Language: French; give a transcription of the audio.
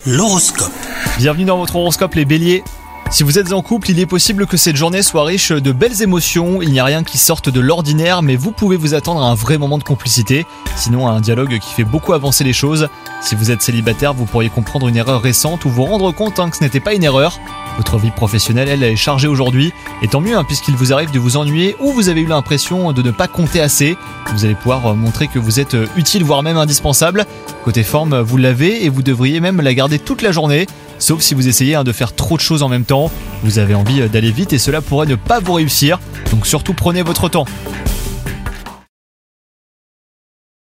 L'horoscope. Bienvenue dans votre horoscope les béliers. Si vous êtes en couple, il est possible que cette journée soit riche de belles émotions. Il n'y a rien qui sorte de l'ordinaire, mais vous pouvez vous attendre à un vrai moment de complicité, sinon à un dialogue qui fait beaucoup avancer les choses. Si vous êtes célibataire, vous pourriez comprendre une erreur récente ou vous rendre compte que ce n'était pas une erreur. Votre vie professionnelle, elle, est chargée aujourd'hui, et tant mieux puisqu'il vous arrive de vous ennuyer ou vous avez eu l'impression de ne pas compter assez. Vous allez pouvoir montrer que vous êtes utile, voire même indispensable. Côté forme, vous l'avez et vous devriez même la garder toute la journée. Sauf si vous essayez de faire trop de choses en même temps. Vous avez envie d'aller vite et cela pourrait ne pas vous réussir. Donc surtout prenez votre temps.